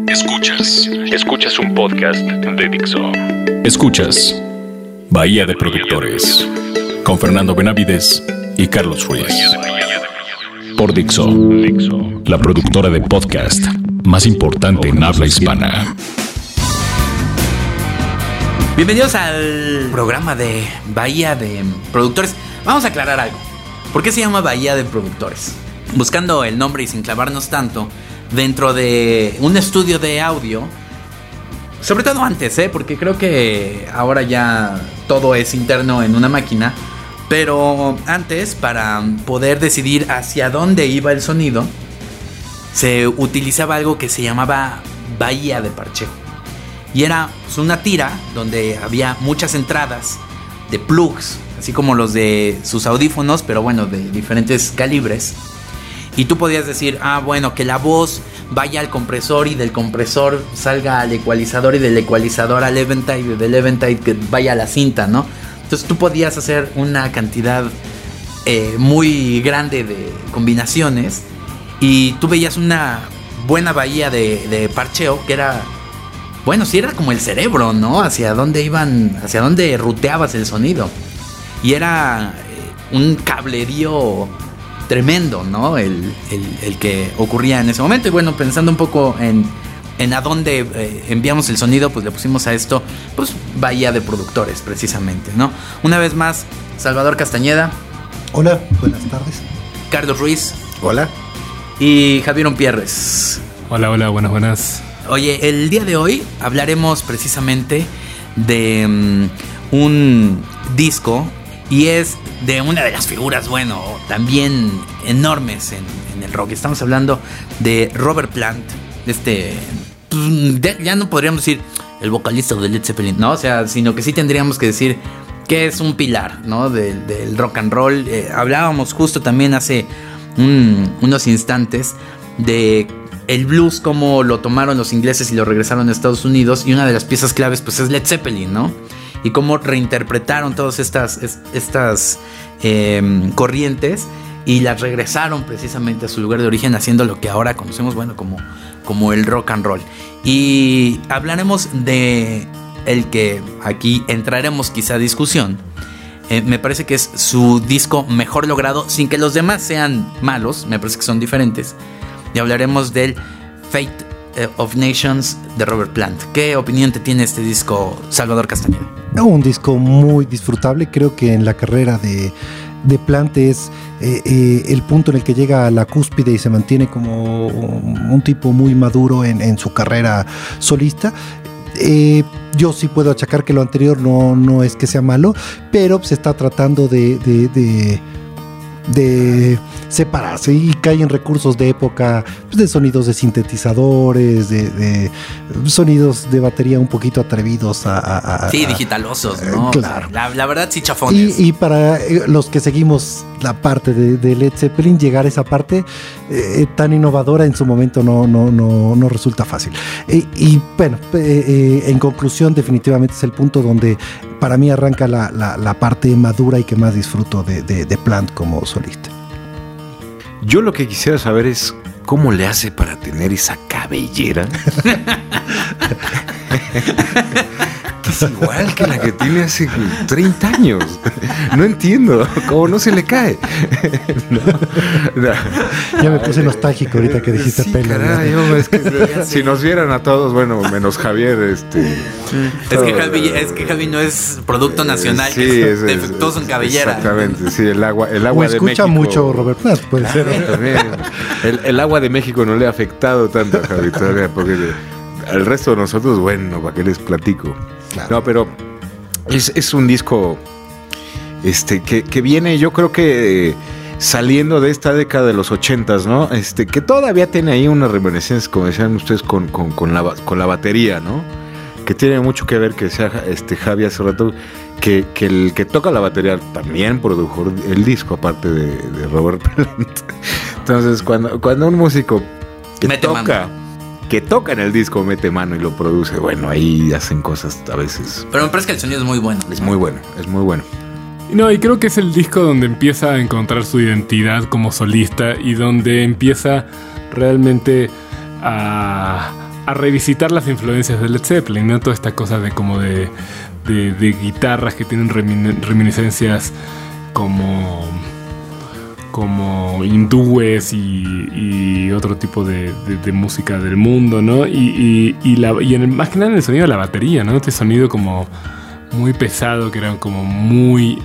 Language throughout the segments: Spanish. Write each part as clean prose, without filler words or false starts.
Escuchas un podcast de Dixo. Escuchas Bahía de Productores con Fernando Benavides y Carlos Ruiz. Por Dixo, la productora de podcast más importante en habla hispana. Bienvenidos al programa de Bahía de Productores. Vamos a aclarar algo. ¿Por qué se llama Bahía de Productores? Buscando el nombre y sin clavarnos tanto, dentro de un estudio de audio, sobre todo antes, porque creo que ahora ya todo es interno en una máquina, pero antes, para poder decidir hacia dónde iba el sonido, se utilizaba algo que se llamaba bahía de parcheo. Y era pues una tira donde había muchas entradas de plugs, así como los de sus audífonos, pero bueno, de diferentes calibres. Y tú podías decir, bueno, que la voz vaya al compresor y del compresor salga al ecualizador y del ecualizador al Eventide y del Eventide que vaya a la cinta, ¿no? Entonces tú podías hacer una cantidad muy grande de combinaciones y tú veías una buena bahía de parcheo que era, bueno, sí era como el cerebro, ¿no? Hacia dónde ruteabas el sonido. Y era un cablerío tremendo, ¿no? El que ocurría en ese momento. Y bueno, pensando un poco en a dónde enviamos el sonido, pues le pusimos a esto, pues, Bahía de Productores, precisamente, ¿no? Una vez más, Salvador Castañeda. Hola, buenas tardes. Carlos Ruiz. Hola. Y Javier Pierres. Hola, buenas. Oye, el día de hoy hablaremos precisamente de un disco. Y es de una de las figuras, bueno, también enormes en el rock. Estamos hablando de Robert Plant, ya no podríamos decir el vocalista de Led Zeppelin, ¿no? O sea, sino que sí tendríamos que decir que es un pilar, ¿no? Del rock and roll. Hablábamos justo también hace unos instantes de el blues, cómo lo tomaron los ingleses y lo regresaron a Estados Unidos. Y una de las piezas claves, pues, es Led Zeppelin, ¿no? Y cómo reinterpretaron todas estas corrientes y las regresaron precisamente a su lugar de origen, haciendo lo que ahora conocemos, bueno, como el rock and roll. Y hablaremos de el que aquí entraremos quizá a discusión. Me parece que es su disco mejor logrado, sin que los demás sean malos, me parece que son diferentes. Y hablaremos del Fate of Nations de Robert Plant. ¿Qué opinión te tiene este disco, Salvador Castañeda? Un disco muy disfrutable. Creo que en la carrera de Plant es el punto en el que llega a la cúspide y se mantiene como un tipo muy maduro en su carrera solista. Yo sí puedo achacar que lo anterior no es que sea malo, pero se está tratando de separarse y cae en recursos de época, pues, de sonidos de sintetizadores, de sonidos de batería un poquito atrevidos sí, digitalosos, ¿no? Claro. O sea, la verdad sí chafones. Y para los que seguimos la parte de Led Zeppelin, llegar a esa parte tan innovadora en su momento no resulta fácil. Y bueno, en conclusión, definitivamente es el punto donde para mí arranca la parte madura y que más disfruto de Plant como solista. Yo lo que quisiera saber es cómo le hace para tener esa cabellera. Que es igual que la que tiene hace 30 años. No entiendo cómo no se le cae. No. Ya me puse nostálgico ahorita que dijiste sí, pelo. Caray, es que si nos vieran a todos, bueno, menos Javier, Es que Javi no es producto nacional, sí, que es defectuoso en cabellera. Exactamente, sí, el agua de México. Escucha mucho Robert Plant, puede ser. También. El agua de México no le ha afectado tanto a Javi todavía, porque al resto de nosotros, bueno, ¿para qué les platico? Claro. No, pero es un disco que viene, yo creo que saliendo de esta década de los 80s, ¿no? Que todavía tiene ahí una reminiscencia, como decían ustedes, con la batería, ¿no? Que tiene mucho que ver que sea Javi hace rato, que el que toca la batería también produjo el disco, aparte de Robert Plant. Entonces, cuando un músico que toca en el disco mete mano y lo produce, bueno, ahí hacen cosas a veces. Pero me parece que el sonido es muy bueno. Es muy bueno. No, y creo que es el disco donde empieza a encontrar su identidad como solista y donde empieza realmente a a revisitar las influencias de Led Zeppelin, ¿no? Toda esta cosa de como de guitarras que tienen reminiscencias como hindúes y otro tipo de música del mundo, ¿no? Más que nada en el sonido de la batería, ¿no? Este sonido como muy pesado, que era como muy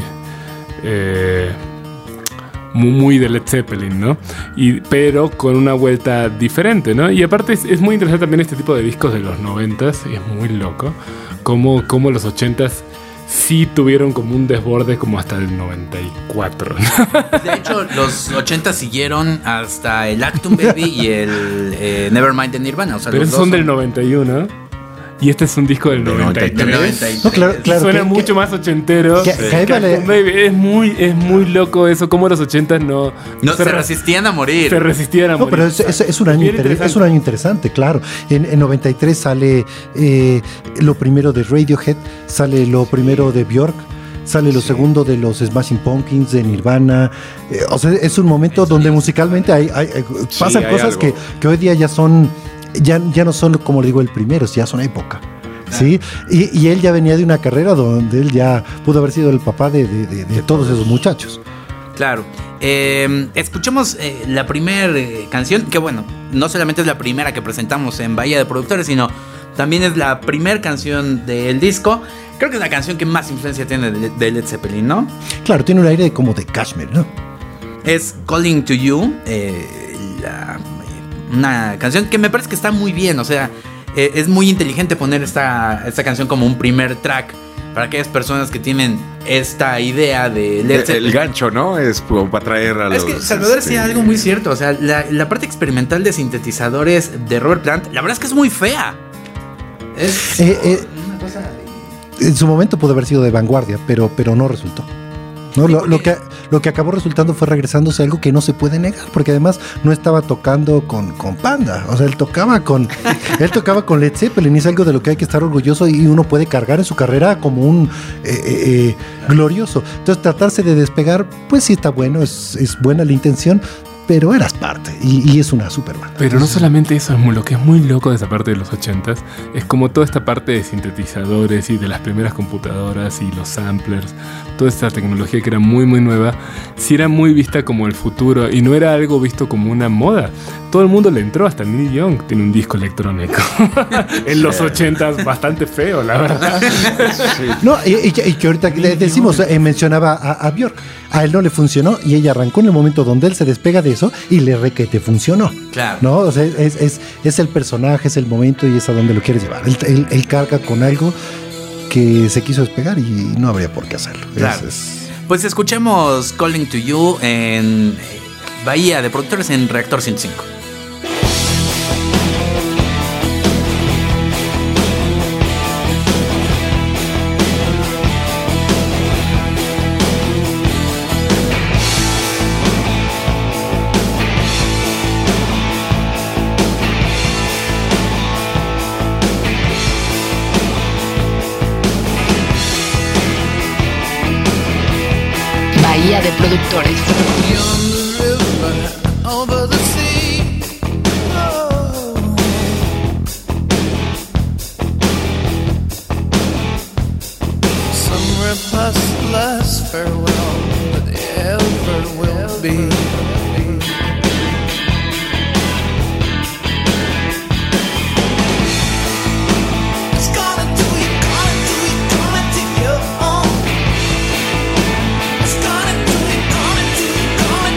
de Led Zeppelin, ¿no? Pero con una vuelta diferente, ¿no? Y aparte es muy interesante también este tipo de discos de los 90s, y es muy loco como los 80s sí tuvieron como un desborde como hasta el 94. De hecho, los 80 siguieron hasta el Actum Baby y el Nevermind de Nirvana. O sea, pero esos son del 91. Y este es un disco del 93. No, claro, suena mucho más ochentero. Es muy loco eso, como los 80 no se resistían a morir. Se resistían a morir. Pero es un año interesante, claro. En 93 sale lo primero de Radiohead, sale lo primero de Björk, sale lo segundo de los Smashing Pumpkins, de Nirvana. O sea, es un momento donde musicalmente pasan cosas que hoy día ya son... Ya no son, como le digo, el primero, ya son época. ¿Sí? Y él ya venía de una carrera donde él ya pudo haber sido el papá de todos esos muchachos. Claro. Escuchemos la primera canción, que bueno, no solamente es la primera que presentamos en Bahía de Productores, sino también es la primera canción del disco. Creo que es la canción que más influencia tiene de Led Zeppelin, ¿no? Claro, tiene un aire como de Kashmir, ¿no? Es Calling to You, una canción que me parece que está muy bien. O sea, es muy inteligente poner esta canción como un primer track para aquellas personas que tienen esta idea de Led Zeppelin. El gancho, ¿no? Es como para traer a los... Es que Salvador decía algo muy cierto. O sea, la parte experimental de sintetizadores de Robert Plant, la verdad es que es muy fea. Es una cosa... En su momento pudo haber sido de vanguardia, pero no resultó. No, lo que acabó resultando fue regresándose a algo que no se puede negar, porque además no estaba tocando con Panda. O sea, él tocaba con Led Zeppelin, y es algo de lo que hay que estar orgulloso, y uno puede cargar en su carrera como un glorioso. Entonces, tratarse de despegar, pues sí está bueno, es buena la intención, pero eras parte, y es una super banda. Pero no solamente eso, lo que es muy loco de esa parte de los 80s es como toda esta parte de sintetizadores y de las primeras computadoras y los samplers, toda esta tecnología que era muy muy nueva, sí era muy vista como el futuro y no era algo visto como una moda. Todo el mundo le entró, hasta Neil Young tiene un disco electrónico en los 80s, bastante feo, la verdad. Sí. No, y que ahorita decimos, mencionaba a Björk, a él no le funcionó y ella arrancó en el momento donde él se despega de eso y le requete funcionó. Claro. ¿No? O sea, es el personaje, es el momento y es a donde lo quieres llevar. Él carga con algo que se quiso despegar y no habría por qué hacerlo. Claro. Pues escuchemos Calling to You en Bahía de Productores en Reactor 105. Bahía de Productores. It's gonna do it, coming to you.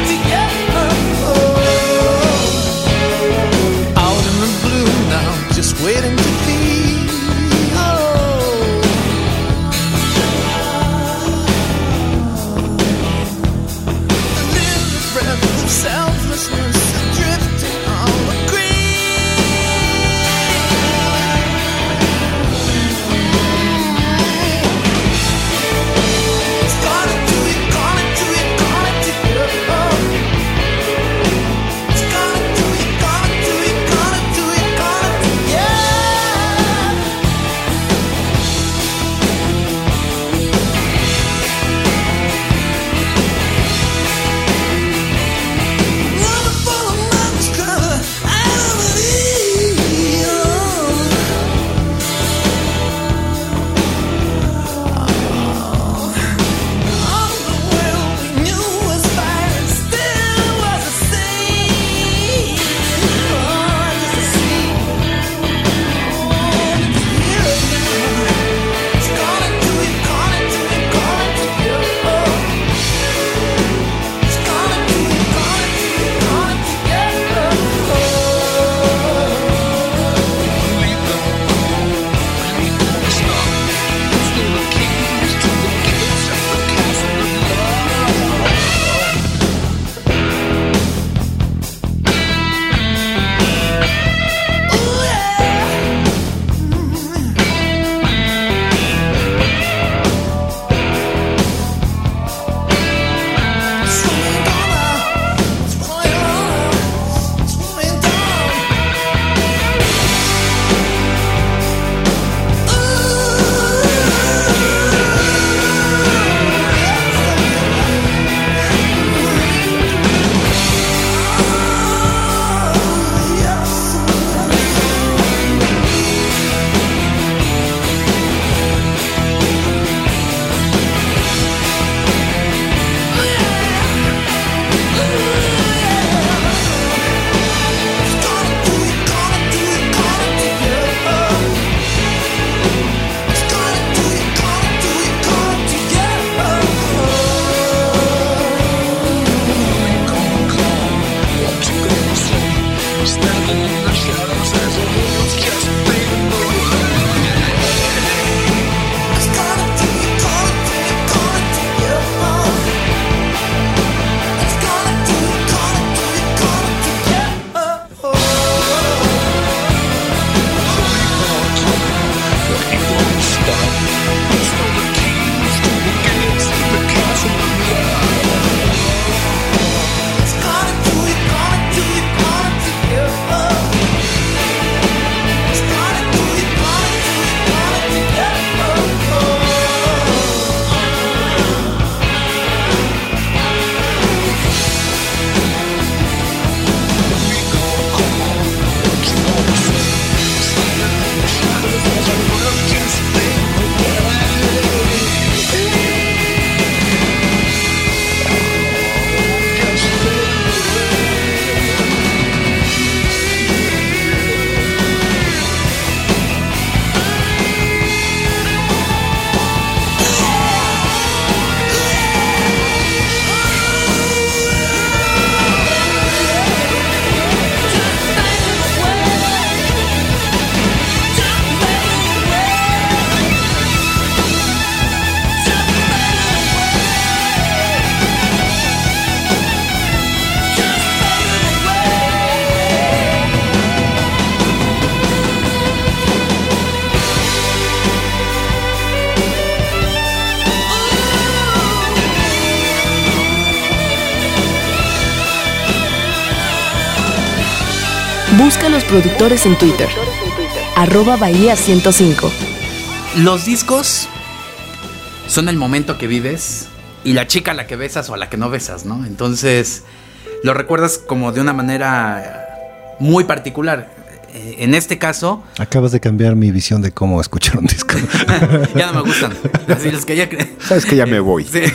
Busca a Los Productores en Twitter. @Bahía105. Los discos son el momento que vives y la chica a la que besas o a la que no besas, ¿no? Entonces lo recuerdas como de una manera muy particular. En este caso... Acabas de cambiar mi visión de cómo escuchar un disco. Ya no me gustan. Así los que ya Sabes que ya me voy. Sí.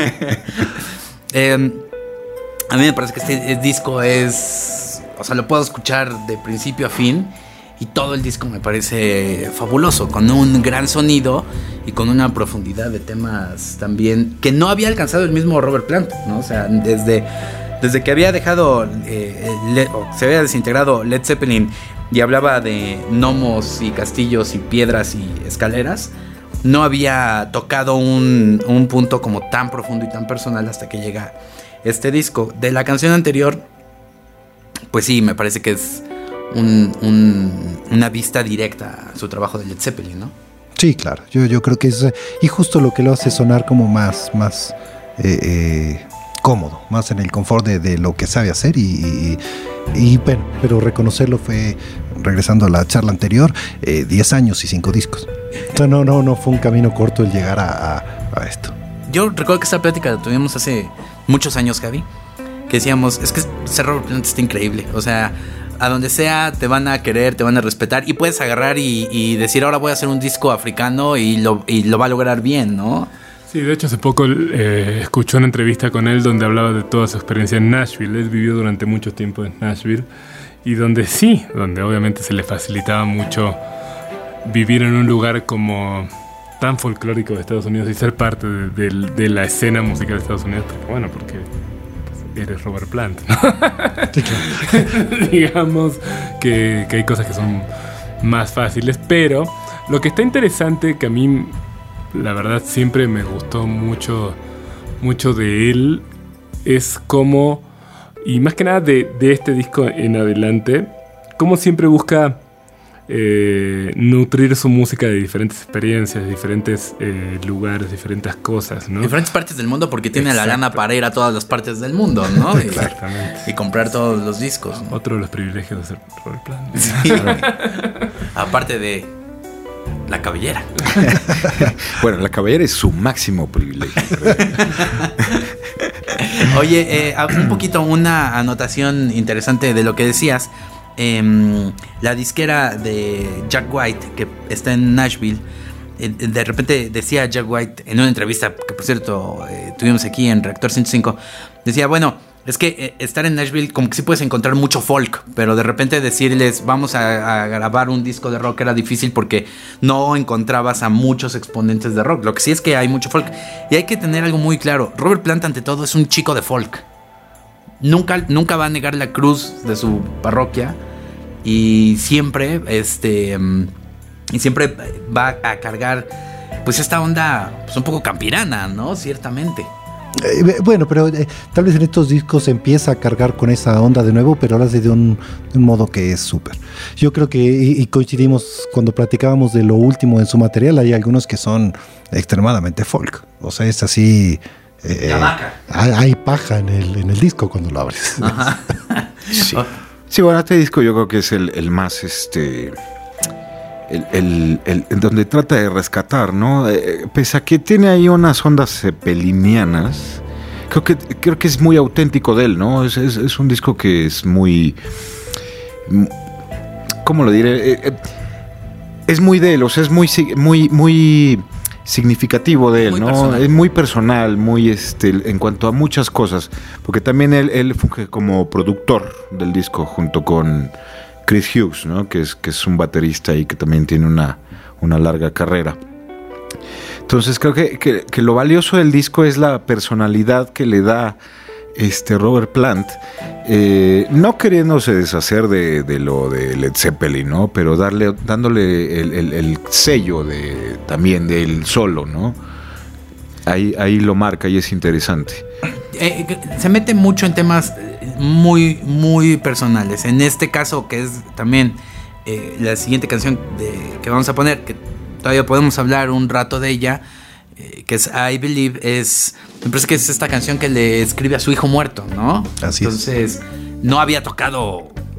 A mí me parece que este disco es... O sea, lo puedo escuchar de principio a fin. Y todo el disco me parece fabuloso, con un gran sonido y con una profundidad de temas también que no había alcanzado el mismo Robert Plant, ¿no? O sea, desde que había dejado, se había desintegrado Led Zeppelin y hablaba de gnomos y castillos y piedras y escaleras, no había tocado un punto como tan profundo y tan personal hasta que llega este disco. De la canción anterior, pues sí, me parece que es una vista directa a su trabajo de Led Zeppelin, ¿no? Sí, claro. Yo creo que es... Y justo lo que lo hace sonar como más cómodo, más en el confort de lo que sabe hacer y bueno, pero reconocerlo fue, regresando a la charla anterior, 10 años y 5 discos. O sea, no fue un camino corto el llegar a esto. Yo recuerdo que esta plática la tuvimos hace muchos años, Javi, que decíamos, es que Robert Plant está increíble, o sea... A donde sea te van a querer, te van a respetar y puedes agarrar y decir ahora voy a hacer un disco africano y lo va a lograr bien, ¿no? Sí, de hecho hace poco escuché una entrevista con él donde hablaba de toda su experiencia en Nashville. Él vivió durante mucho tiempo en Nashville y donde obviamente se le facilitaba mucho vivir en un lugar como tan folclórico de Estados Unidos y ser parte de la escena musical de Estados Unidos, porque eres Robert Plant, ¿no? Digamos que hay cosas que son más fáciles, pero lo que está interesante, que a mí la verdad siempre me gustó mucho de él, es cómo, y más que nada de este disco en adelante, cómo siempre busca nutrir su música de diferentes experiencias, diferentes lugares, diferentes cosas, ¿no? Diferentes partes del mundo, porque tiene la lana para ir a todas las partes del mundo, ¿no? Exactamente. Y comprar todos los discos, ¿no? Otro de los privilegios de ser Robert Plant. Sí. Aparte de la cabellera. Bueno, la cabellera es su máximo privilegio. Oye, un poquito una anotación interesante de lo que decías. La disquera de Jack White, que está en Nashville, de repente decía Jack White en una entrevista que por cierto tuvimos aquí en Reactor 105, decía, bueno, es que estar en Nashville como que sí puedes encontrar mucho folk, pero de repente decirles vamos a grabar un disco de rock era difícil porque no encontrabas a muchos exponentes de rock. Lo que sí es que hay mucho folk y hay que tener algo muy claro. Robert Plant ante todo es un chico de folk. Nunca va a negar la cruz de su parroquia y siempre va a cargar pues esta onda pues un poco campirana, ¿no? Ciertamente. Bueno, pero tal vez en estos discos empieza a cargar con esa onda de nuevo, pero ahora de un modo que es súper. Yo creo que, y coincidimos cuando platicábamos de lo último en su material, hay algunos que son extremadamente folk. O sea, es así... La vaca. Hay paja en el disco cuando lo abres. Ajá. Sí, bueno, este disco yo creo que es el más el donde trata de rescatar, ¿no? Pese a que tiene ahí unas ondas zeppelinianas, creo que es muy auténtico de él, ¿no? Es un disco que es muy... ¿Cómo lo diré? Es muy de él, o sea, es muy significativo de él, muy, ¿no? Personal. Es muy personal, muy en cuanto a muchas cosas, porque también él funge como productor del disco junto con Chris Hughes, ¿no? que es un baterista y que también tiene una larga carrera. Entonces creo que lo valioso del disco es la personalidad que le da Robert Plant, no queriéndose deshacer de lo de Led Zeppelin, ¿no? Pero dándole el sello también del solo, ¿no? Ahí lo marca y es interesante. Se mete mucho en temas muy, muy personales. En este caso, que es también la siguiente canción que vamos a poner, que todavía podemos hablar un rato de ella, que es I Believe, me parece que es esta canción que le escribe a su hijo muerto, ¿no? Así Entonces, no había tocado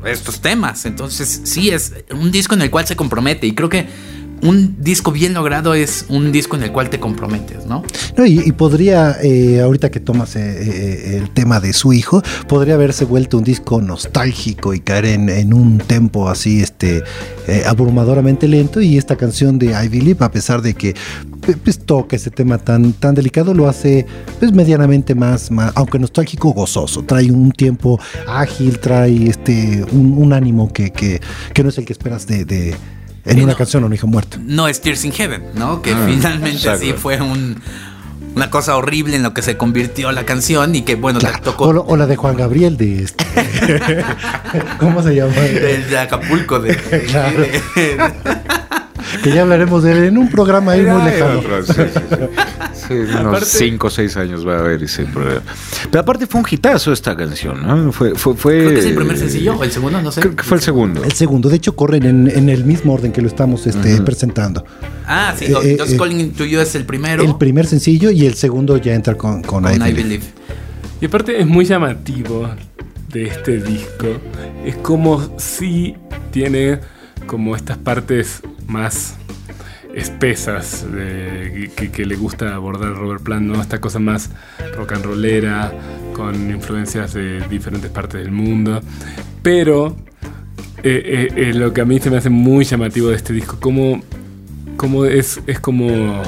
estos temas. Entonces sí, es un disco en el cual se compromete, y creo que un disco bien logrado es un disco en el cual te comprometes, ¿no? No, y podría, ahorita que tomas el tema de su hijo, podría haberse vuelto un disco nostálgico y caer en un tempo así abrumadoramente lento, y esta canción de I Believe, a pesar de que pues, toca ese tema tan delicado, lo hace pues medianamente más, aunque nostálgico, gozoso. Trae un tiempo ágil, trae un ánimo que no es el que esperas en una canción o un hijo muerto. No es Tears in Heaven, ¿no? Que finalmente exacto. Sí fue una cosa horrible en lo que se convirtió la canción, y que bueno, claro. te tocó. O la de Juan Gabriel de ¿cómo se llama? De Acapulco. Claro. Que ya hablaremos de él en un programa ahí muy lejano. Sí, unos 5 o 6 años va a haber ese programa. Pero aparte fue un hitazo esta canción, ¿no? Fue creo que es el primer sencillo, o el segundo, no sé. Creo que fue el segundo. El segundo, de hecho corren en el mismo orden que lo estamos presentando. Ah, sí, Just Calling to You es el primero. El primer sencillo, y el segundo ya entra con I Believe. Y aparte es muy llamativo de este disco. Es como si tiene como estas partes más espesas que le gusta abordar Robert Plant, ¿no? Esta cosa más rock and rollera, con influencias de diferentes partes del mundo. Pero lo que a mí se me hace muy llamativo de este disco, como es como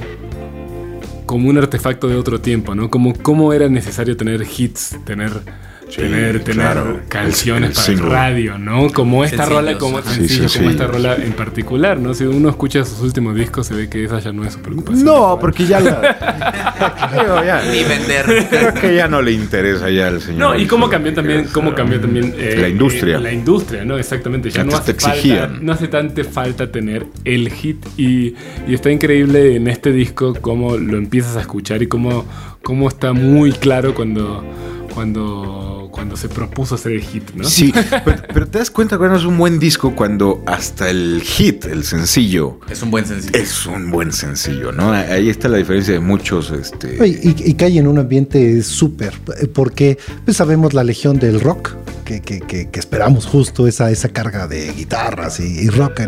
un artefacto de otro tiempo, ¿no? Como era necesario tener hits, tener claro, canciones para el radio, ¿no? Como esta rola, como esta rola en particular, ¿no? Si uno escucha sus últimos discos, se ve que esa ya no es su preocupación. No, porque ya ni vender. Creo que ya no le interesa ya al señor. No, y cómo cambió también la industria. La industria, ¿no? Exactamente. Ya no hace tanta falta tener el hit, y está increíble en este disco cómo lo empiezas a escuchar y cómo está muy claro cuando se propuso hacer el hit, ¿no? Sí, pero te das cuenta que no es un buen disco cuando hasta el hit, el sencillo, es un buen sencillo. Es un buen sencillo, ¿no? Ahí está la diferencia de muchos. Y cae en un ambiente súper, porque pues, sabemos la legión del rock, que esperamos justo esa carga de guitarras y rock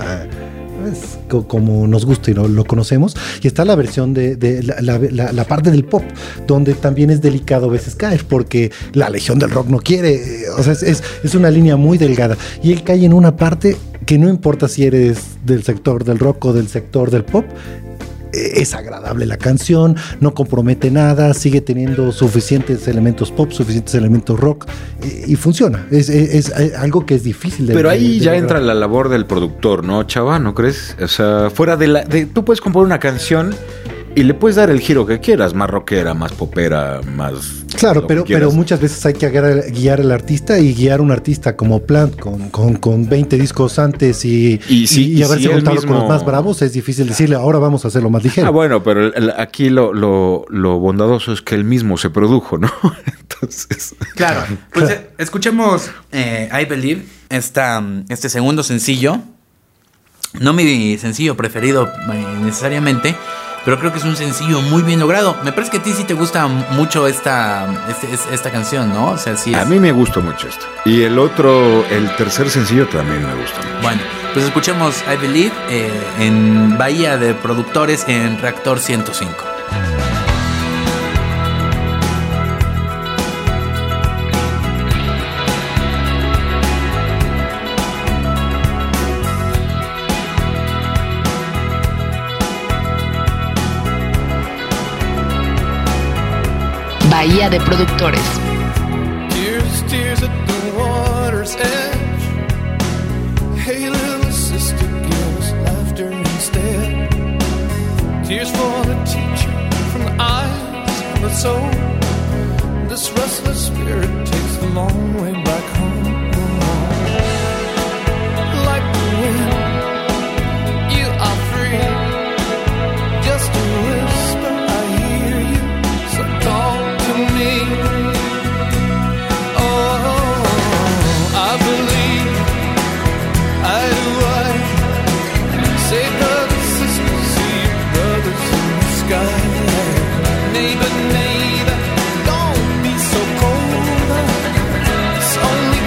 como nos gusta y lo conocemos, y está la versión de la parte del pop, donde también es delicado a veces caer, porque la legión del rock no quiere, o sea, es una línea muy delgada, y él cae en una parte que no importa si eres del sector del rock o del sector del pop, es agradable la canción, no compromete nada, sigue teniendo suficientes elementos pop, suficientes elementos rock, y funciona. Es algo que es difícil de. Pero ahí ya entra la labor del productor, ¿no, chava? ¿No crees? O sea, fuera tú puedes componer una canción y le puedes dar el giro que quieras, más rockera, más popera, más. Claro, pero muchas veces hay que guiar al artista, y guiar a un artista como Plant con 20 discos antes y haberse juntado con los más bravos, es difícil decirle ahora vamos a hacerlo más ligero. Bueno, pero aquí lo bondadoso es que él mismo se produjo, ¿no? Entonces. Claro, pues escuchemos I Believe, este segundo sencillo. No mi sencillo preferido necesariamente, pero creo que es un sencillo muy bien logrado. Me parece que a ti sí te gusta mucho esta canción, ¿no? O sea, sí. A mí me gustó mucho esto. Y el tercer sencillo también me gustó mucho. Bueno, pues escuchemos I Believe en Bahía de Productores en Reactor 105. Bahía de Productores. Tears, tears at the water's edge. Hey, little sister, give us laughter instead. Tears for the teacher from the eyes of the soul. This restless spirit takes the long way back home. Like the wind, you are free. Just a whisper, I hear you. So call to me. Oh, I believe, I do. Say, brothers, sisters, see your brothers in the sky. Neighbor, neighbor, don't be so cold. It's only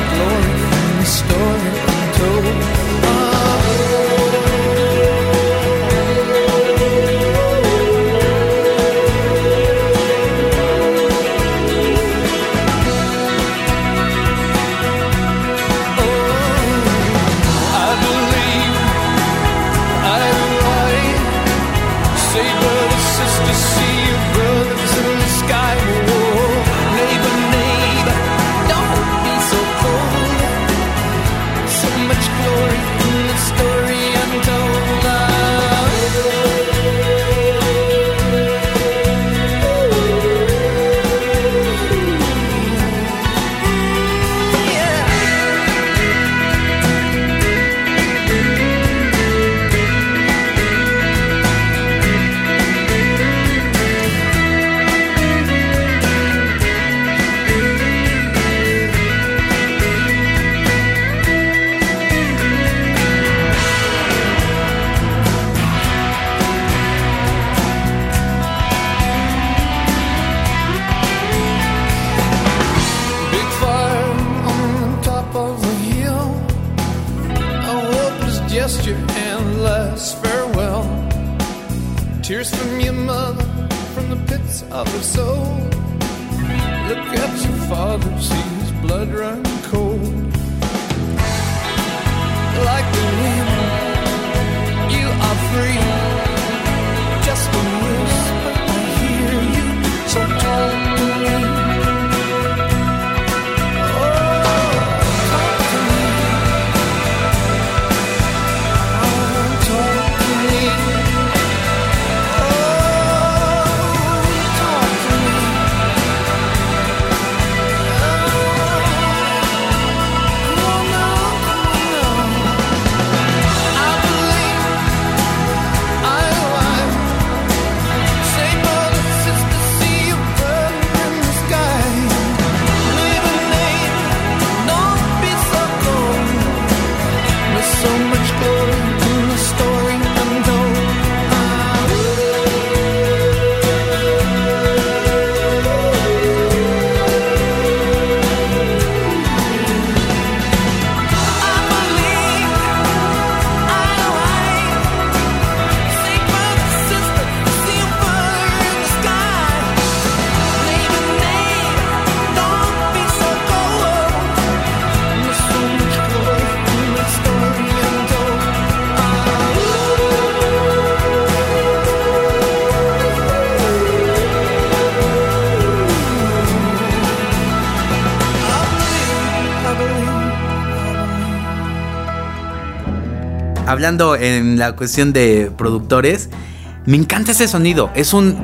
gesture and last farewell. Tears from your mother, from the pits of her soul. Look at your father, see his blood run cold. Like the wind, you are free. Just a whisper, I hear you, so talk to me. Hablando en la cuestión de productores, me encanta ese sonido. Es un...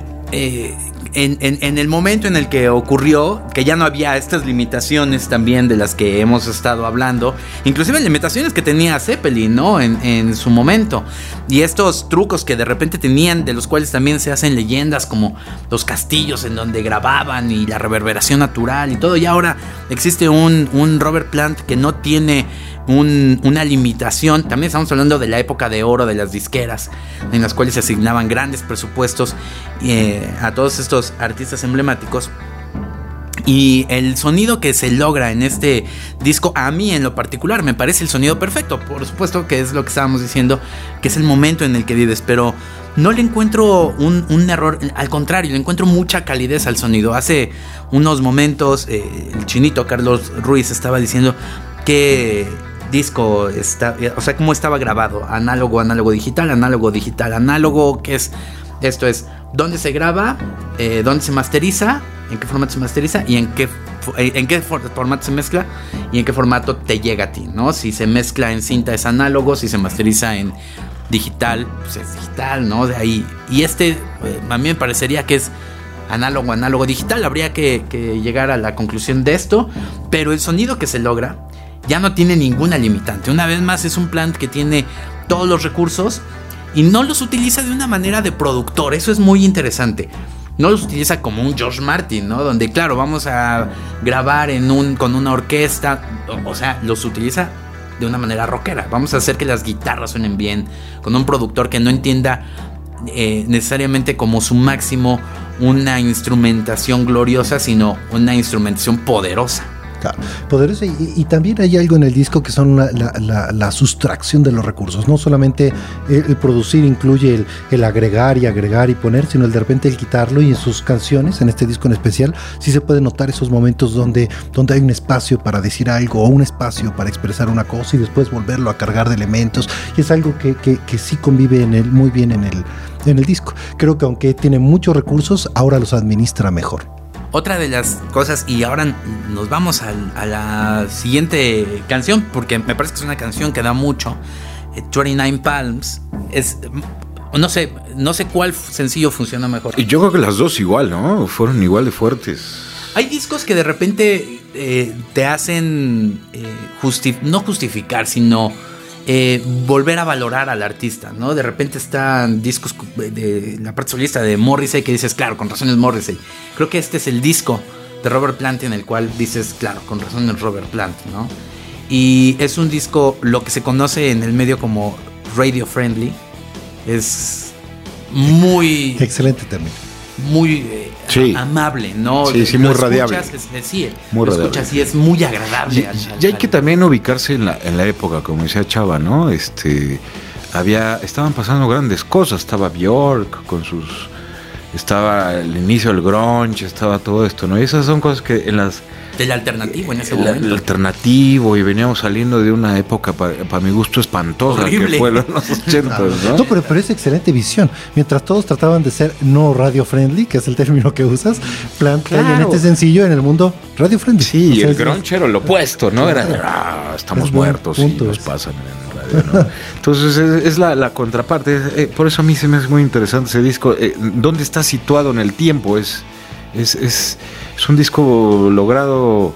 en el momento en el que ocurrió, que ya no había estas limitaciones también de las que hemos estado hablando, inclusive limitaciones que tenía Zeppelin, ¿no? En su momento. Y estos trucos que de repente tenían, de los cuales también se hacen leyendas, como los castillos en donde grababan y la reverberación natural y todo. Y ahora existe un Robert Plant que no tiene una limitación. También estamos hablando de la época de oro de las disqueras, en las cuales se asignaban grandes presupuestos a todos estos artistas emblemáticos. Y el sonido que se logra en este disco, a mí en lo particular, me parece el sonido perfecto. Por supuesto que es lo que estábamos diciendo, que es el momento en el que vives, pero no le encuentro un error. Al contrario, le encuentro mucha calidez al sonido. Hace unos momentos el chinito Carlos Ruiz estaba diciendo que disco está, o sea, cómo estaba grabado, análogo, análogo, digital, análogo, digital, análogo, que es esto es dónde se graba, dónde se masteriza, en qué formato se masteriza y en qué formato se mezcla y en qué formato te llega a ti, ¿no? Si se mezcla en cinta es análogo, si se masteriza en digital, pues es digital, ¿no? De ahí. Y a mí me parecería que es análogo, análogo, digital. Habría que llegar a la conclusión de esto, pero el sonido que se logra ya no tiene ninguna limitante. Una vez más es un Plant que tiene todos los recursos y no los utiliza de una manera de productor. Eso es muy interesante. No los utiliza como un George Martin, ¿no? Donde, claro, vamos a grabar con una orquesta. O sea, los utiliza de una manera rockera. Vamos a hacer que las guitarras suenen bien, con un productor que no entienda necesariamente como su máximo una instrumentación gloriosa, sino una instrumentación poderosa. Claro, poderosa, y también hay algo en el disco que son la sustracción de los recursos. No solamente el producir incluye el agregar y poner, sino el de repente el quitarlo. Y en sus canciones, en este disco en especial, sí se puede notar esos momentos donde hay un espacio para decir algo o un espacio para expresar una cosa y después volverlo a cargar de elementos. Y es algo que sí convive muy bien en el disco. Creo que aunque tiene muchos recursos, ahora los administra mejor. Otra de las cosas, y ahora nos vamos a la siguiente canción, porque me parece que es una canción que da mucho. 29 Palms es, no sé cuál sencillo funciona mejor. Y yo creo que las dos igual, ¿no? Fueron igual de fuertes. Hay discos que de repente te hacen no justificar, sino volver a valorar al artista, ¿no? De repente están discos de la parte solista de Morrissey que dices, claro, con razón es Morrissey. Creo que este es el disco de Robert Plant en el cual dices, claro, con razón es Robert Plant, ¿no? Y es un disco, lo que se conoce en el medio como radio friendly. Es muy... Excelente término. muy Sí. amable, ¿no? Sí, sí, Lo muy radiable. Sí, Muy lo radiable. escuchas y es muy agradable. Y hay que también ubicarse en la época, como decía Chava, ¿no? Estaban pasando grandes cosas. Estaba Björk con sus... Estaba el inicio del grunge, estaba todo esto, ¿no? Y esas son cosas que en las... Del alternativo en ese momento. El alternativo, y veníamos saliendo de una época, para mi gusto, espantosa, Horrible. que fue los 80, ¿no? No, pero es excelente visión. Mientras todos trataban de ser no radio friendly, que es el término que usas, Plant cae en Claro. este sencillo en el mundo radio friendly. Sí, O sea, el es- grunge era lo opuesto, ¿no? Era, estamos Es buen muertos punto, y nos es. pasan en radio, ¿no? Entonces es la contraparte. Por eso a mí se me hace muy interesante ese disco. ¿Dónde está situado en el tiempo? Es un disco logrado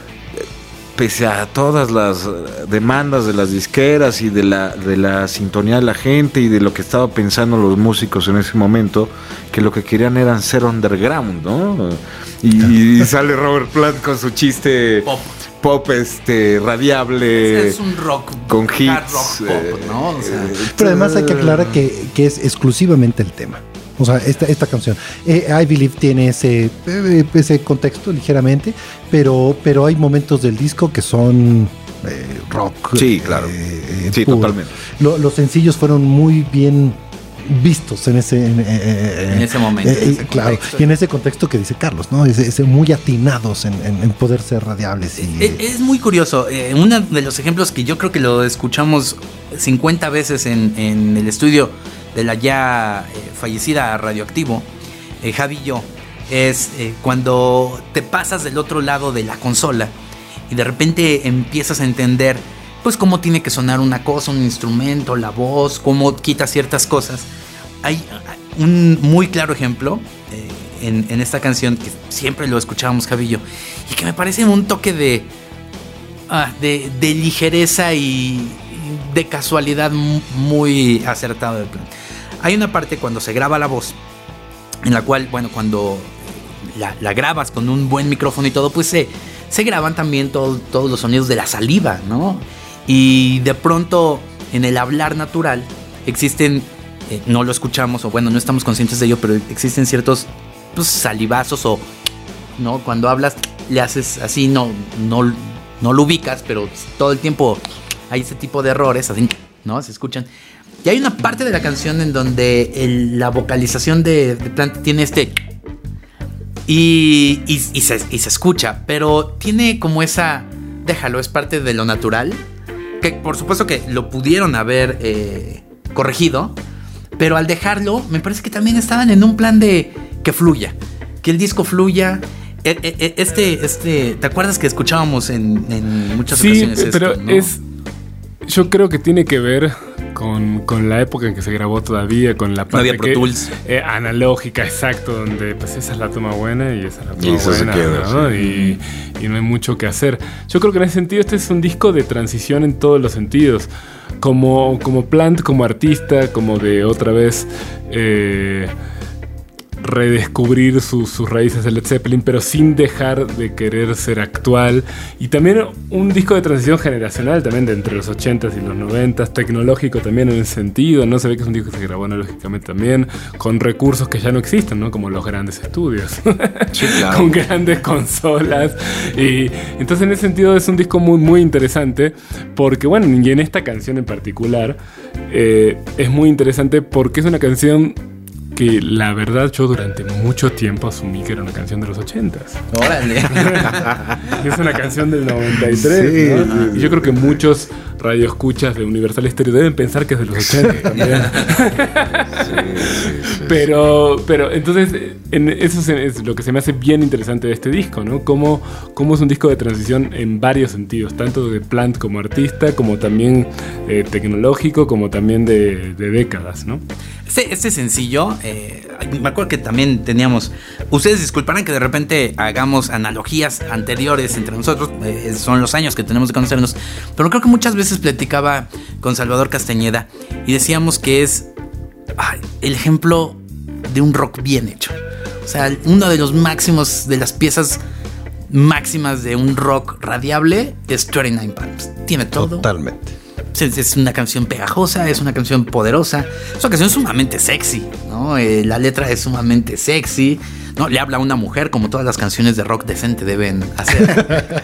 pese a todas las demandas de las disqueras y de la sintonía de la gente y de lo que estaban pensando los músicos en ese momento, que lo que querían eran ser underground, ¿no? Y sale Robert Plant con su chiste pop radiable. Es un rock con hard hits, rock pop, ¿no? O sea, Pero además hay que aclarar que es exclusivamente el tema. O sea, esta canción. I Believe tiene ese contexto ligeramente, pero hay momentos del disco que son rock. Sí, claro. Sí, puro. totalmente. Los sencillos fueron muy bien vistos en ese momento, en ese claro, contexto. y en ese contexto que dice Carlos, ¿no? Muy atinados en poder ser radiables. Es muy curioso. Uno de los ejemplos que yo creo que lo escuchamos 50 veces en el estudio de la ya fallecida Radioactivo, Javi y yo, es cuando te pasas del otro lado de la consola y de repente empiezas a entender pues cómo tiene que sonar una cosa, un instrumento, la voz, cómo quita ciertas cosas. Hay un muy claro ejemplo en esta canción que siempre lo escuchábamos Javi y yo, y que me parece un toque de ligereza y de casualidad muy acertado de plan. Hay una parte cuando se graba la voz, en la cual, bueno, cuando la grabas con un buen micrófono y todo, pues se graban también todos los sonidos de la saliva, ¿no? Y de pronto, en el hablar natural, existen, no lo escuchamos, o bueno, no estamos conscientes de ello, pero existen ciertos pues, salivazos o, ¿no? Cuando hablas, le haces así, no lo ubicas, pero todo el tiempo hay ese tipo de errores, así, ¿no? Se escuchan. Y hay una parte de la canción en donde la vocalización de Plant tiene y se escucha, pero tiene como esa, déjalo, es parte de lo natural, que por supuesto que lo pudieron haber corregido, pero al dejarlo, me parece que también estaban en un plan de que fluya, que el disco fluya. ¿Te acuerdas que escuchábamos en muchas ocasiones esto? Pero ¿no? yo creo que tiene que ver con la época en que se grabó todavía, con la parte No había Pro Tools. Analógica, exacto, donde pues esa es la toma buena y esa es la toma eso se buena, queda, ¿no? sí. Y no hay mucho que hacer. Yo creo que en ese sentido este es un disco de transición en todos los sentidos. Como Plant, como artista, como de otra vez redescubrir sus raíces de Led Zeppelin, pero sin dejar de querer ser actual. Y también un disco de transición generacional, también de entre los 80s y los 90s, tecnológico también en ese sentido, ¿no? Se ve que es un disco que se grabó analógicamente también, con recursos que ya no existen, ¿no? Como los grandes estudios, Sí, claro. con grandes consolas. Y entonces en ese sentido es un disco muy, muy interesante, porque bueno, y en esta canción en particular es muy interesante porque es una canción que la verdad yo durante mucho tiempo asumí que era una canción de los 80s. Órale. Es una canción del 93, Sí, ¿no? sí, Y yo creo que muchos radioescuchas de Universal Stereo deben pensar que es de los 80 también. Pero entonces eso es lo que se me hace bien interesante de este disco, ¿no? Cómo es un disco de transición en varios sentidos, tanto de Plant como artista, como también tecnológico, como también de décadas, ¿no? Este sencillo, me acuerdo que también teníamos. Ustedes disculparán que de repente hagamos analogías anteriores entre nosotros, son los años que tenemos de conocernos, pero creo que muchas veces platicaba con Salvador Castañeda y decíamos que es el ejemplo de un rock bien hecho. O sea, uno de los máximos, de las piezas máximas de un rock radiable es 29 Palms. Tiene todo. Totalmente. Es una canción pegajosa, es una canción poderosa, es una canción sumamente sexy, ¿no? La letra es sumamente sexy, ¿no? Le habla a una mujer como todas las canciones de rock decente deben hacer.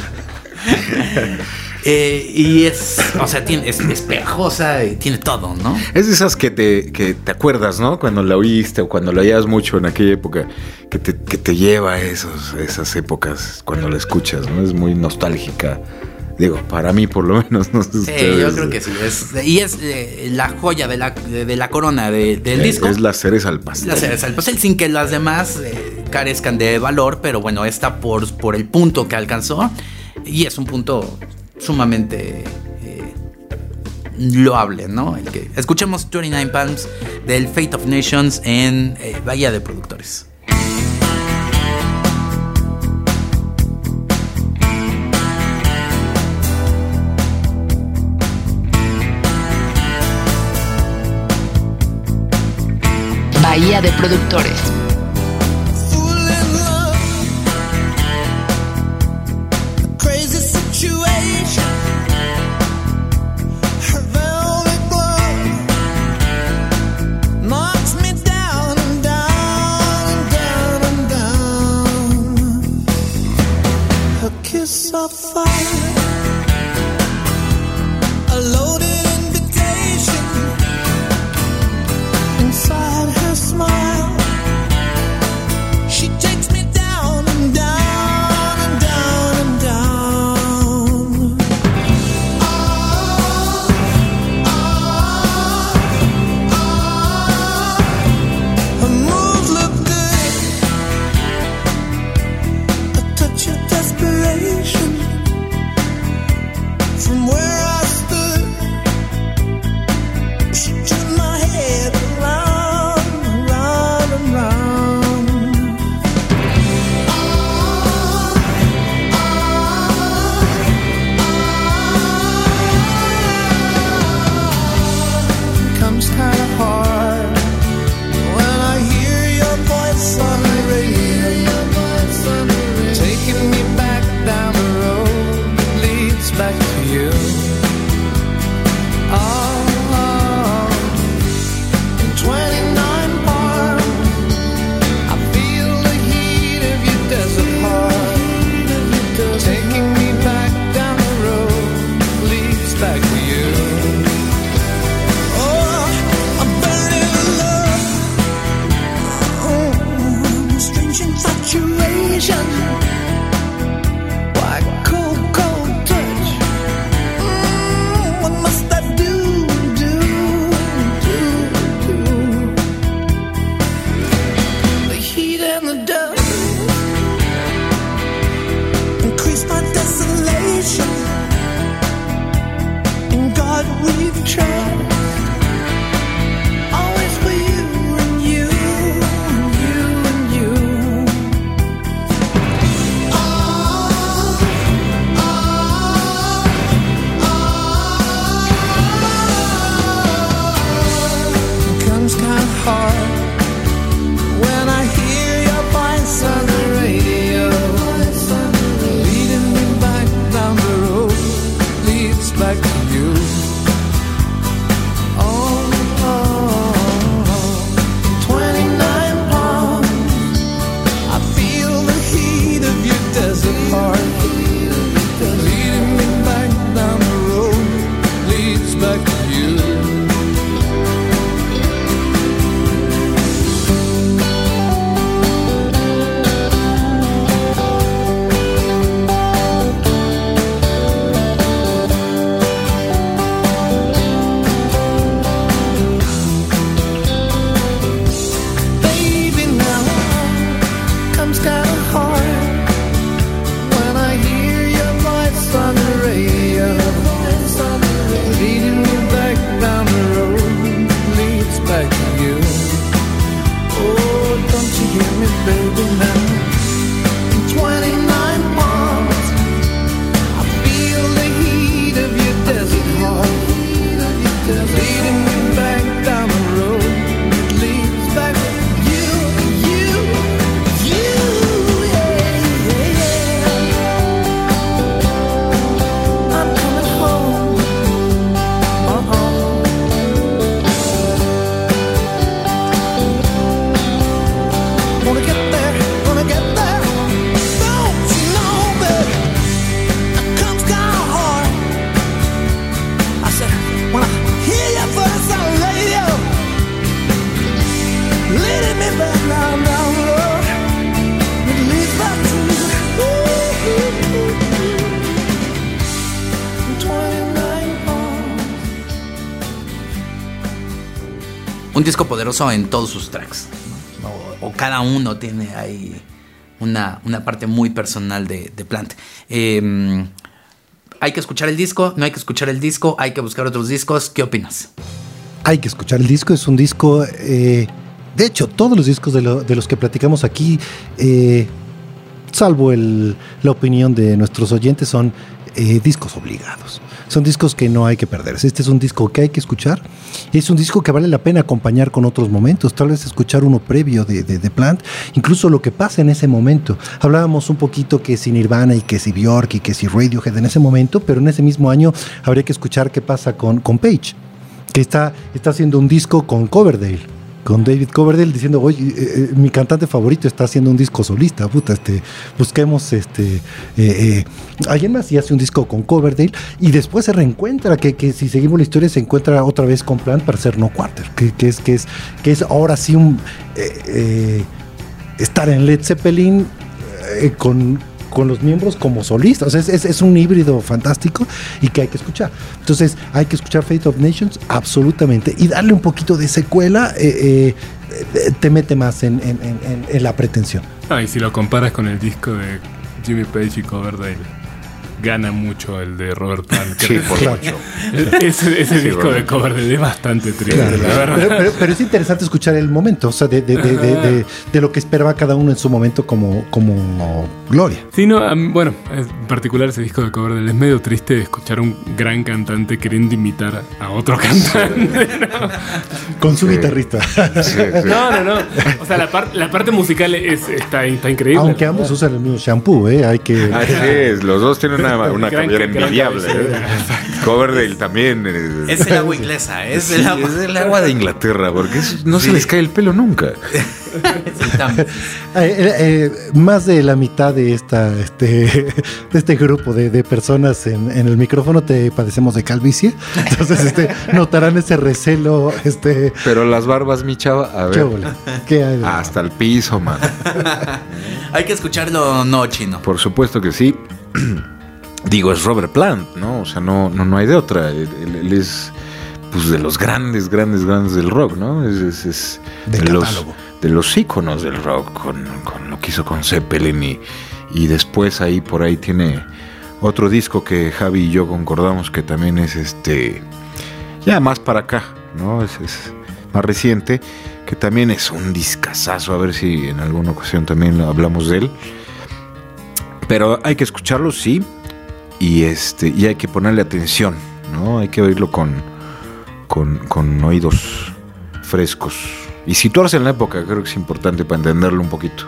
Y es pegajosa y tiene todo, ¿no? Es de esas que te acuerdas, ¿no? Cuando la oíste o cuando la oías mucho en aquella época, que te lleva a esas épocas cuando la escuchas, ¿no? Es muy nostálgica. Digo, para mí por lo menos, no sé sí, ustedes. Yo creo que sí. Es la joya de la corona del disco. Es la cereza al pastel. La cereza al pastel, sin que las demás carezcan de valor, pero bueno, esta por el punto que alcanzó. Y es un punto sumamente loable, ¿no? Escuchemos 29 Palms del Fate of Nations en Bahía de Productores. Bahía de Productores. un disco poderoso en todos sus tracks, ¿no? O cada uno tiene ahí una parte muy personal de Plant. ¿Hay que escuchar el disco? ¿No hay que escuchar el disco? ¿Hay que buscar otros discos? ¿Qué opinas? Hay que escuchar el disco. Es un disco... de hecho, todos los discos de los que platicamos aquí, salvo la opinión de nuestros oyentes, son discos obligados. Son discos que no hay que perderse. Este es un disco que hay que escuchar. Es un disco que vale la pena acompañar con otros momentos. Tal vez escuchar uno previo de Plant, incluso lo que pasa en ese momento. Hablábamos un poquito que si Nirvana y que si Björk y que si Radiohead en ese momento, pero en ese mismo año habría que escuchar qué pasa con Page, que está haciendo un disco con Coverdale. Con David Coverdale diciendo, oye, mi cantante favorito está haciendo un disco solista, puta, busquemos alguien más, y hace un disco con Coverdale, y después se reencuentra, que si seguimos la historia se encuentra otra vez con Plant para hacer No Quarter, que es ahora sí estar en Led Zeppelin con los miembros como solistas. O sea, es un híbrido fantástico y que hay que escuchar. Entonces, hay que escuchar Fate of Nations, absolutamente, y darle un poquito de secuela, te mete más en la pretensión. Y si lo comparas con el disco de Jimmy Page y Coverdale, gana mucho el de Robert Plant. Sí, por mucho. Ese disco de Coverdale es bastante triste, claro, la verdad. Pero es interesante escuchar el momento, o sea, de lo que esperaba cada uno en su momento como gloria. Sí, no, bueno, en particular ese disco de Coverdale es medio triste escuchar a un gran cantante queriendo imitar a otro cantante, ¿no? Con su guitarrista. Sí. No. O sea, la parte musical está increíble. Aunque ambos usan el mismo shampoo, hay que... Así es, los dos tienen una cabellera envidiable. Coverdale también. Es el agua inglesa, es el agua de Inglaterra, porque no se les cae el pelo nunca. Más de la mitad de este grupo de personas en el micrófono te padecemos de calvicie. Entonces notarán ese recelo. Pero las barbas, mi chava, a ver. ¿Qué hay? Hasta el piso, man. Hay que escucharlo, no, Chino. Por supuesto que sí. Digo, es Robert Plant, ¿no? O sea, no hay de otra. Él es, pues, de los grandes del rock, ¿no? Es de los íconos del rock, con lo que hizo con Zeppelin, y después por ahí tiene otro disco que Javi y yo concordamos que también es ya más para acá, ¿no? Es más reciente, que también es un discazazo. A ver si en alguna ocasión también hablamos de él. Pero hay que escucharlo, sí, y hay que ponerle atención, ¿no? Hay que oírlo con oídos frescos y situarse en la época. Creo que es importante para entenderlo un poquito.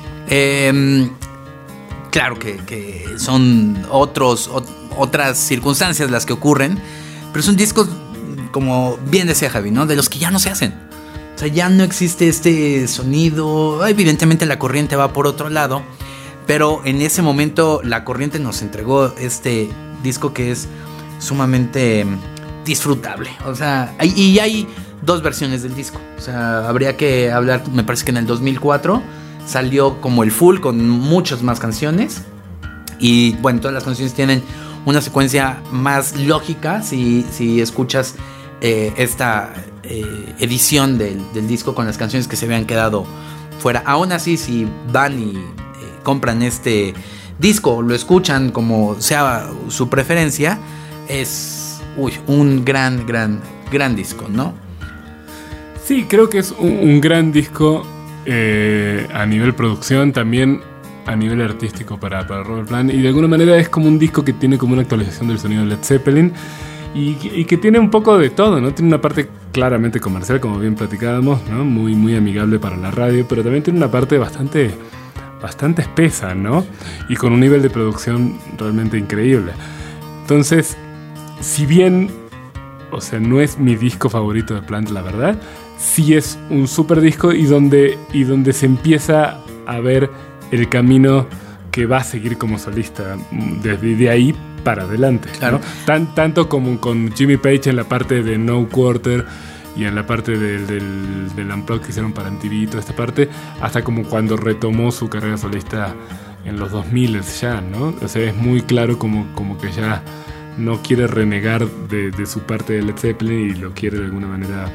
Claro que son otras circunstancias las que ocurren, pero son discos, como bien decía Javi, ¿no? De los que ya no se hacen. O sea, ya no existe este sonido. Evidentemente la corriente va por otro lado, pero en ese momento la corriente nos entregó este disco que es sumamente disfrutable. O sea, y hay dos versiones del disco. O sea, habría que hablar, me parece que en el 2004 salió como el full con muchas más canciones. Y bueno, todas las canciones tienen una secuencia más lógica si escuchas esta edición del disco con las canciones que se habían quedado fuera. Aún así, si van y compran este disco, lo escuchan como sea su preferencia, es un gran disco, ¿no? Sí, creo que es un gran disco a nivel producción, también a nivel artístico para Robert Plant, y de alguna manera es como un disco que tiene como una actualización del sonido de Led Zeppelin y que tiene un poco de todo, ¿no? Tiene una parte claramente comercial, como bien platicábamos, ¿no? Muy amigable para la radio, pero también tiene una parte bastante espesa, ¿no? Y con un nivel de producción realmente increíble. Entonces, si bien, o sea, no es mi disco favorito de Plant, la verdad, sí es un super disco y donde se empieza a ver el camino que va a seguir como solista desde ahí para adelante, claro, ¿no? Tanto como con Jimmy Page en la parte de No Quarter y en la parte del Unplugged que hicieron para MTV y toda esta parte, hasta como cuando retomó su carrera solista en los 2000 ya, ¿no? O sea, es muy claro como que ya no quiere renegar de su parte de Led Zeppelin y lo quiere de alguna manera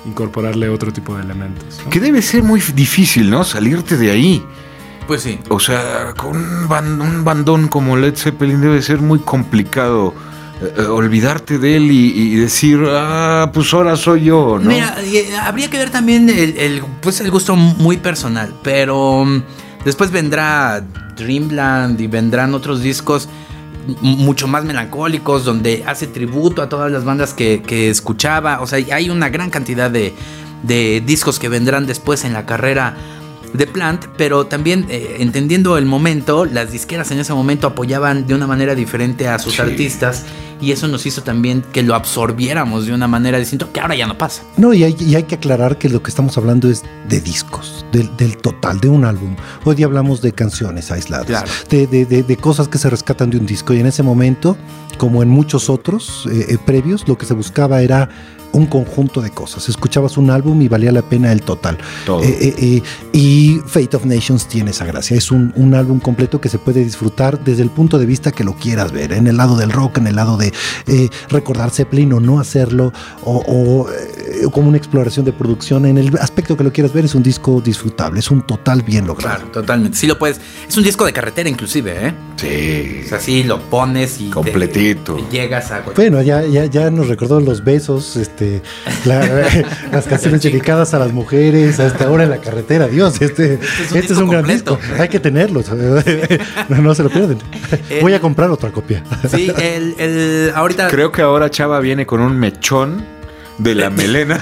incorporarle otro tipo de elementos, ¿no? Que debe ser muy difícil, ¿no? Salirte de ahí. Pues sí. O sea, con un bandón como Led Zeppelin debe ser muy complicado olvidarte de él y decir, pues ahora soy yo, ¿no? Mira, habría que ver también el gusto muy personal, pero después vendrá Dreamland y vendrán otros discos mucho más melancólicos donde hace tributo a todas las bandas que escuchaba. O sea, hay una gran cantidad de discos que vendrán después en la carrera de Plant, pero también entendiendo el momento, las disqueras en ese momento apoyaban de una manera diferente a sus artistas, y eso nos hizo también que lo absorbiéramos de una manera distinta, que ahora ya no pasa. No, y hay que aclarar que lo que estamos hablando es de discos, del total, de un álbum. Hoy día hablamos de canciones aisladas, claro, de cosas que se rescatan de un disco, y en ese momento, como en muchos otros previos, lo que se buscaba era un conjunto de cosas. Escuchabas un álbum y valía la pena el total. Y Fate of Nations tiene esa gracia. Es un álbum completo que se puede disfrutar desde el punto de vista que lo quieras ver. En el lado del rock, en el lado de recordar Zeppelin o no hacerlo, o como una exploración de producción. En el aspecto que lo quieras ver, es un disco disfrutable. Es un total bien logrado. Claro, totalmente. Sí lo puedes. Es un disco de carretera inclusive, ¿eh? Sí. O sea, sí lo pones y completito. Te llegas a... Bueno, ya nos recordó los besos, las canciones dedicadas a las mujeres, hasta ahora en la carretera. Dios, este es un gran disco. Hay que tenerlos. No se lo pierden. Voy a comprar otra copia. Sí, ahorita... Creo que ahora Chava viene con un mechón de la melena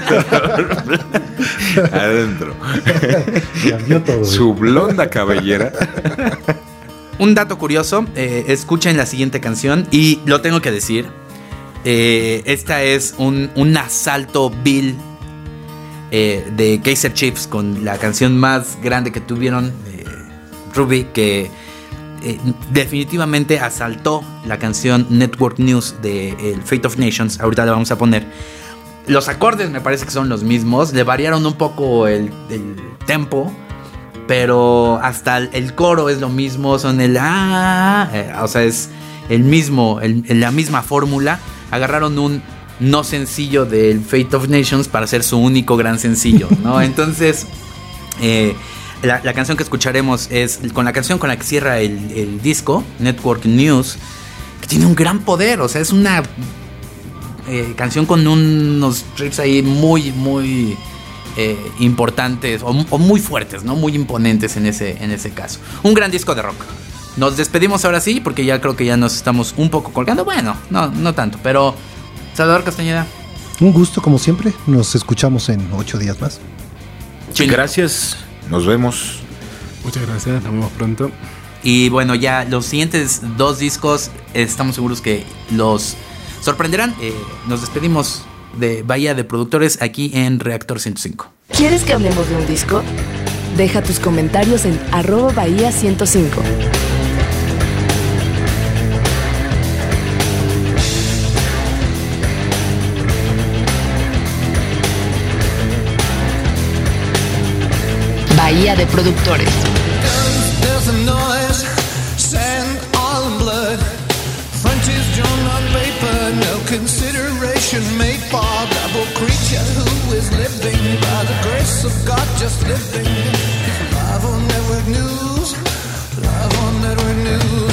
adentro. Cambió todo. Su blonda cabellera. Un dato curioso, escuchen la siguiente canción y lo tengo que decir. Esta es un asalto vil de Kaiser Chiefs con la canción más grande que tuvieron, Ruby, que definitivamente asaltó la canción Network News de el Fate of Nations. Ahorita la vamos a poner. Los acordes me parece que son los mismos, le variaron un poco el tempo, pero hasta el coro es lo mismo, son o sea, es el mismo, la misma fórmula. Agarraron un no sencillo del Fate of Nations para hacer su único gran sencillo, ¿no? Entonces, la canción que escucharemos es con la canción con la que cierra el disco, Network News, que tiene un gran poder. O sea, es una canción con unos riffs ahí muy, muy importantes o muy fuertes, ¿no? Muy imponentes en ese caso. Un gran disco de rock. Nos despedimos ahora sí, porque ya creo que ya nos estamos un poco colgando. Bueno, no tanto, pero Salvador Castañeda, un gusto como siempre. Nos escuchamos en 8 días más. Sí, gracias, nos vemos. Muchas gracias, nos vemos pronto. Y bueno, ya los siguientes 2 discos estamos seguros que los sorprenderán. Nos despedimos de Bahía de Productores aquí en Reactor 105. ¿Quieres que hablemos de un disco? Deja tus comentarios en @Bahía105. Bahía de Productores. There's a noise, sand, oil and blood. Frontiers drawn on paper, no consideration made for a rebel creature who is living by the grace of God, just living. Live on network news, live on network news.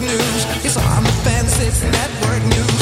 news. It's on the fence, it's network news.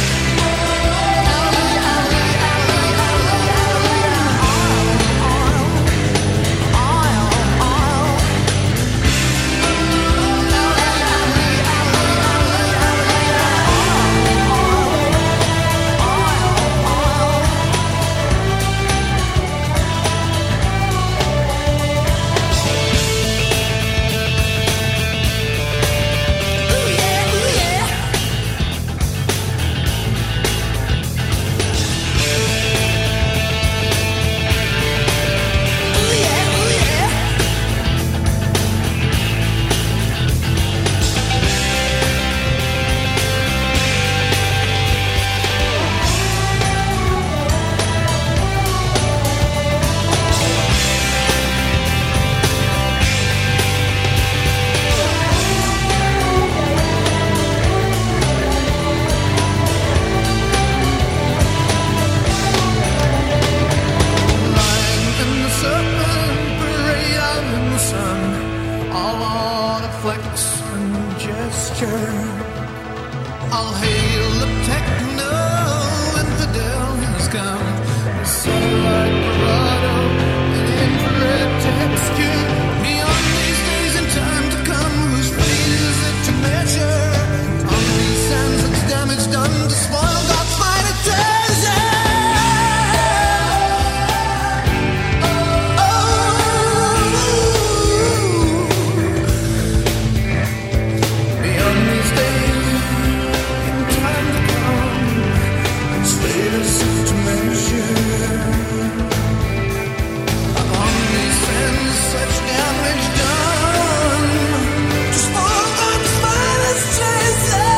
I'll hail the techno infidel has come. The sunlight bravado and infrared texture. Beyond these days and time to come, whose fate is it to measure? On these sands it's damage done to spoil God's mighty treasure. Beyond these days and time to come, whose fate is it to measure? On these sands such damage done to spoil God's mighty treasure.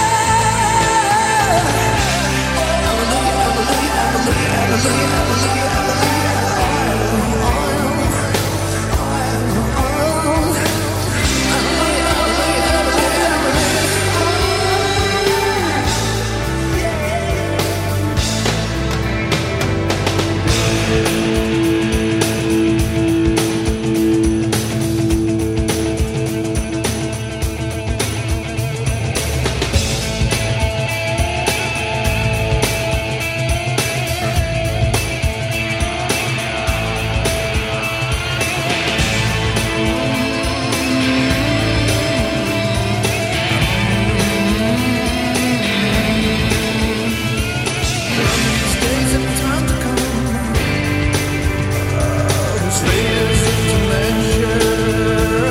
These days and time to come, whose fate is it to measure?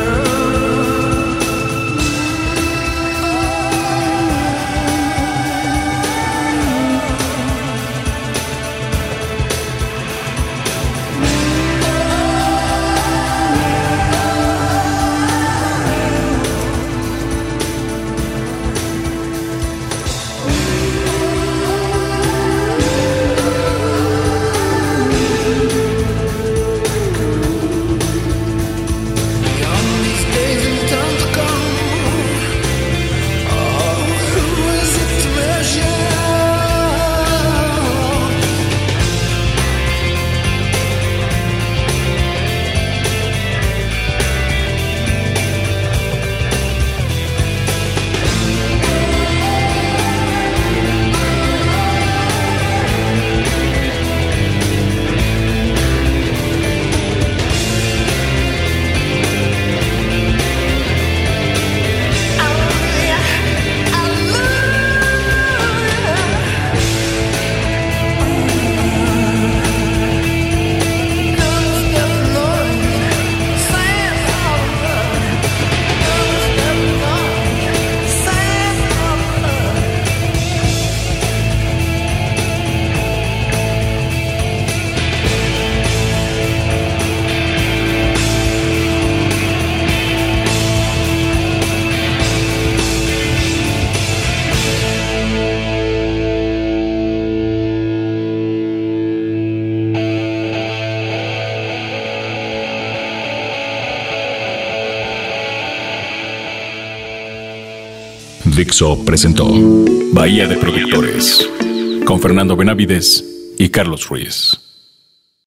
Beyond these days and time to come, who is it to measure? Dixo presentó Bahía de Productores con Fernando Benavides y Carlos Ruiz.